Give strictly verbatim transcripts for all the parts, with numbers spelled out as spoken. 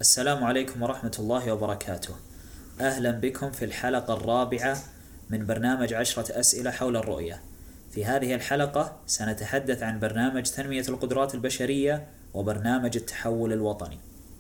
السلام عليكم ورحمة الله وبركاته. أهلا بكم في الحلقة الرابعة من برنامج عشرة أسئلة حول الرؤية. في هذه الحلقة سنتحدث عن برنامج تنمية القدرات البشرية وبرنامج التحول الوطني.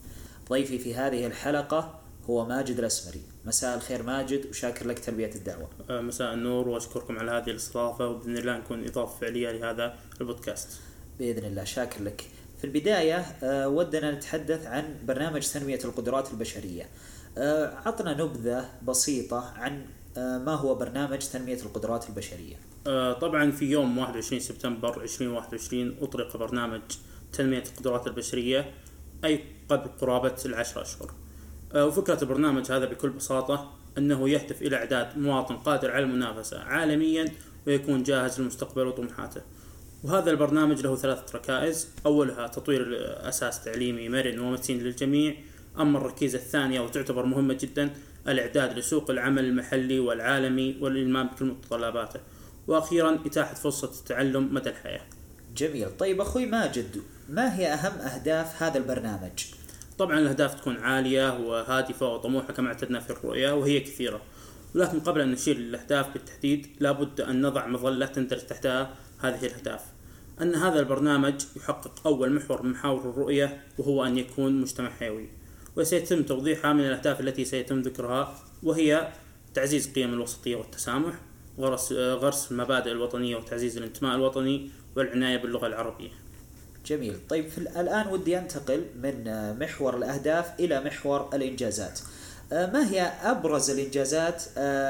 ضيفي في هذه الحلقة هو ماجد الأسمري. مساء الخير ماجد، وشاكر لك تلبية الدعوة. مساء النور، وأشكركم على هذه الاستضافة، وبإذن الله نكون إضافة فعلية لهذا البودكاست. بإذن الله، شاكر لك. في البداية أه ودنا نتحدث عن برنامج تنمية القدرات البشرية. أه عطنا نبذة بسيطة عن أه ما هو برنامج تنمية القدرات البشرية. أه طبعا في يوم واحد وعشرين سبتمبر ألفين وواحد وعشرين أطلق برنامج تنمية القدرات البشرية، أي قبل قرابة العشر أشهر. أه وفكرة البرنامج هذا بكل بساطة أنه يهدف إلى إعداد مواطن قادر على المنافسة عالميا ويكون جاهز للمستقبل وطموحاته. وهذا البرنامج له ثلاثة ركائز: أولها تطوير أساس تعليمي مرن ومتين للجميع. أما الركيزة الثانية وتعتبر مهمة جدا، الإعداد لسوق العمل المحلي والعالمي والإلمام بكل متطلباته. وأخيرا إتاحة فرصة التعلم مدى الحياة. جميل. طيب أخوي ماجد، ما هي أهم أهداف هذا البرنامج؟ طبعا الأهداف تكون عالية وهادفة وطموحة كما اعتدنا في الرؤية، وهي كثيرة. ولكن قبل أن نشير للأهداف بالتحديد لابد أن نضع مظلة تندرج تحتها هذه الأهداف. أن هذا البرنامج يحقق أول محور من محاور الرؤية، وهو أن يكون مجتمع حيوي، وسيتم توضيحها من الأهداف التي سيتم ذكرها، وهي تعزيز قيم الوسطية والتسامح، غرس, غرس المبادئ الوطنية وتعزيز الانتماء الوطني، والعناية باللغة العربية. جميل. طيب في الآن ودي أنتقل من محور الأهداف إلى محور الإنجازات. ما هي أبرز الإنجازات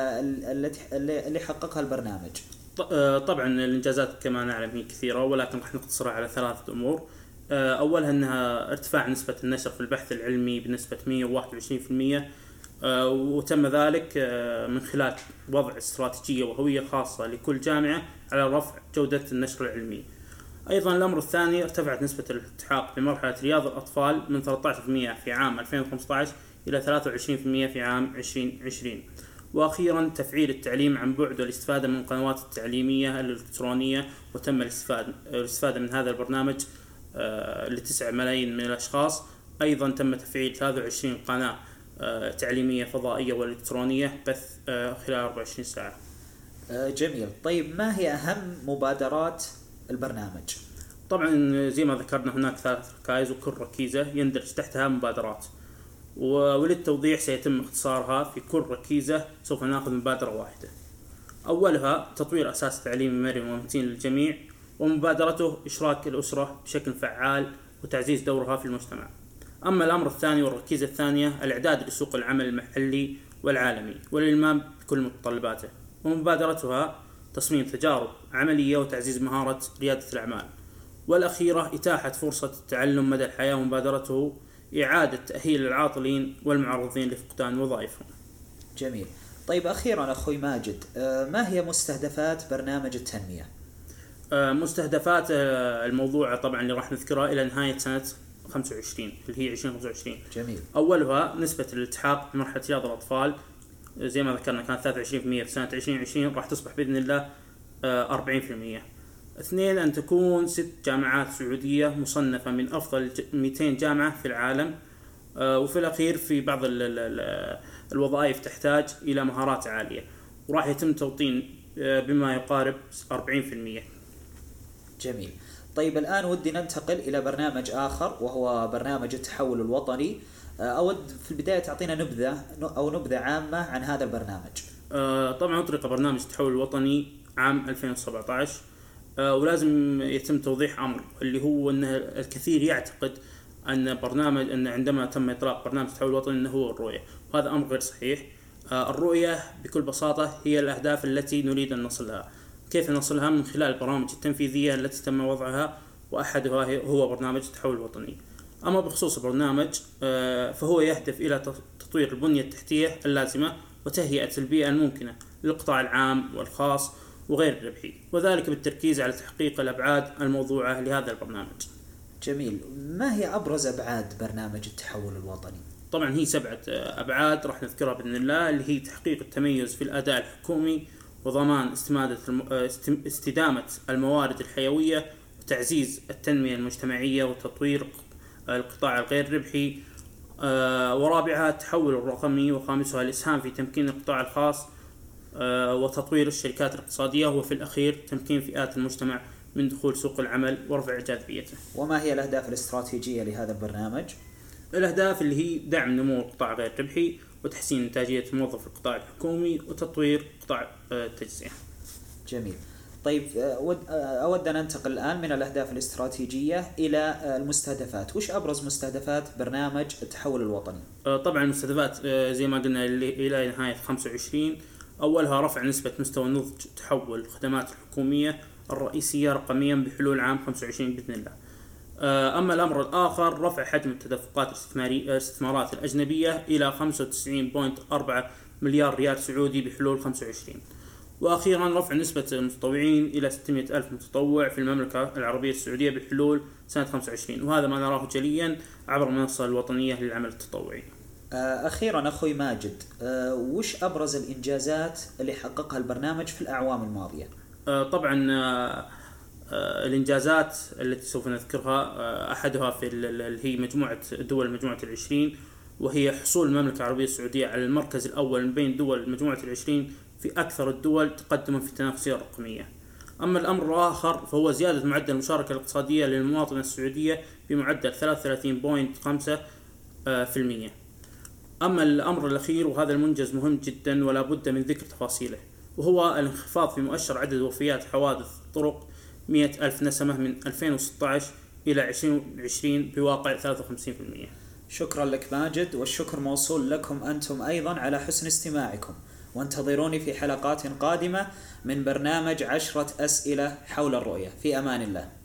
التي اللي حققها البرنامج؟ طبعا الإنجازات كما نعلم هي كثيرة، ولكن راح نقتصرها على ثلاثة أمور. أولها أنها ارتفاع نسبة النشر في البحث العلمي بنسبة مئة وواحد وعشرين بالمئة، وتم ذلك من خلال وضع استراتيجية وهوية خاصة لكل جامعة على رفع جودة النشر العلمي. أيضا الأمر الثاني، ارتفعت نسبة الالتحاق بمرحلة رياض الأطفال من ثلاثة عشر بالمئة في عام ألفين وخمسة عشر إلى ثلاثة وعشرين بالمئة في عام ألفين وعشرين. وأخيرا تفعيل التعليم عن بعد والاستفادة من القنوات التعليمية الإلكترونية، وتم الاستفادة من هذا البرنامج لتسعة ملايين من الأشخاص. أيضا تم تفعيل ثلاثة وعشرين قناة تعليمية فضائية والإلكترونية بث خلال أربعة وعشرين ساعة. جميل. طيب ما هي أهم مبادرات البرنامج؟ طبعا زي ما ذكرنا هناك ثلاث ركائز، وكل ركيزة يندرج تحتها مبادرات، وللتوضيح سيتم اختصارها. في كل ركيزة سوف نأخذ مبادرة واحدة. أولها تطوير أساس تعليمي مرن ومتين للجميع، ومبادرته إشراك الأسرة بشكل فعال وتعزيز دورها في المجتمع. أما الأمر الثاني والركيزة الثانية، الإعداد لسوق العمل المحلي والعالمي والإلمام بكل متطلباته، ومبادرتها تصميم تجارب عملية وتعزيز مهارة ريادة الأعمال. والأخيرة إتاحة فرصة التعلم مدى الحياة، ومبادرته إعادة تأهيل العاطلين والمعرضين لفقدان وظائفهم. جميل. طيب أخيرا أخوي ماجد، ما هي مستهدفات برنامج التنمية؟ مستهدفات الموضوع طبعا اللي راح نذكرها إلى نهاية سنة خمسة وعشرين اللي هي ألفين وخمسة وعشرين. جميل. أولها نسبة الالتحاق بمرحلة رياض الأطفال، زي ما ذكرنا كانت ثلاثة وعشرين بالمئة في سنة ألفين وعشرين، راح تصبح بإذن الله أربعين بالمئة. اثنين، أن تكون ست جامعات سعودية مصنفة من أفضل مئتين جامعة في العالم. وفي الأخير في بعض الوظائف تحتاج إلى مهارات عالية، وراح يتم توطين بما يقارب أربعين بالمئة. جميل. طيب الآن ودي ننتقل إلى برنامج آخر، وهو برنامج التحول الوطني. أود في البداية تعطينا نبذة أو نبذة عامة عن هذا البرنامج. طبعا أطلق برنامج التحول الوطني عام ألفين وسبعة عشر، ولازم يتم توضيح أمر اللي هو أن الكثير يعتقد أن برنامج أن عندما تم إطلاق برنامج التحول الوطني أنه هو الرؤية، وهذا أمر غير صحيح. الرؤية بكل بساطة هي الأهداف التي نريد أن نصلها. كيف نصلها؟ من خلال البرامج التنفيذية التي تم وضعها، وأحدها هو برنامج التحول الوطني. أما بخصوص البرنامج فهو يهدف إلى تطوير البنية التحتية اللازمة وتهيئة البيئة الممكنة للقطاع العام والخاص وغير الربحي، وذلك بالتركيز على تحقيق الأبعاد الموضوعة لهذا البرنامج. جميل. ما هي أبرز أبعاد برنامج التحول الوطني؟ طبعا هي سبعة أبعاد راح نذكرها بإذن الله، اللي هي تحقيق التميز في الأداء الحكومي، وضمان استمادة استدامة الموارد الحيوية، وتعزيز التنمية المجتمعية، وتطوير القطاع الغير ربحي، آه ورابعها التحول الرقمي، وخامسها الإسهام في تمكين القطاع الخاص آه وتطوير الشركات الاقتصادية، وفي الأخير تمكين فئات المجتمع من دخول سوق العمل ورفع جاذبيته. وما هي الأهداف الاستراتيجية لهذا البرنامج؟ الأهداف اللي هي دعم نمو القطاع غير الربحي، وتحسين إنتاجية الموظف القطاع الحكومي، وتطوير قطاع التجزئة. جميل. طيب أود أن ننتقل الآن من الأهداف الاستراتيجية إلى المستهدفات. وش أبرز مستهدفات برنامج التحول الوطني؟ طبعا المستهدفات زي ما قلنا إلى نهاية خمسة وعشرين، أولها رفع نسبة مستوى نضج تحول الخدمات الحكومية الرئيسية رقميا بحلول عام خمسة وعشرين بإذن الله. أما الأمر الآخر رفع حجم التدفقات الاستثمارات الأجنبية إلى خمسة وتسعين فاصلة أربعة مليار ريال سعودي بحلول خمسة وعشرين. وأخيرا رفع نسبة المتطوعين إلى ستمائة ألف متطوع في المملكة العربية السعودية بحلول سنة خمسة وعشرين، وهذا ما نراه جليا عبر المنصة الوطنية للعمل التطوعي. أخيرا أخوي ماجد، وش أبرز الإنجازات اللي حققها البرنامج في الأعوام الماضية؟ طبعا الإنجازات التي سوف نذكرها أحدها في اللي هي مجموعة دول مجموعة العشرين، وهي حصول المملكة العربية السعودية على المركز الأول من بين دول مجموعة العشرين في أكثر الدول تقدما في التنافسية الرقمية. أما الأمر الآخر فهو زيادة معدل المشاركة الاقتصادية للمواطنة السعودية بمعدل ثلاثة وثلاثين فاصلة خمسة بالمئة. أما الأمر الأخير وهذا المنجز مهم جدا ولا بد من ذكر تفاصيله، وهو الانخفاض في مؤشر عدد وفيات حوادث الطرق مئة ألف نسمة من ألفين وستة عشر إلى عشرين عشرين بواقع ثلاثة وخمسين بالمئة. شكرا لك ماجد، والشكر موصول لكم أنتم أيضا على حسن استماعكم، وانتظروني في حلقات قادمة من برنامج عشرة أسئلة حول الرؤية. في أمان الله.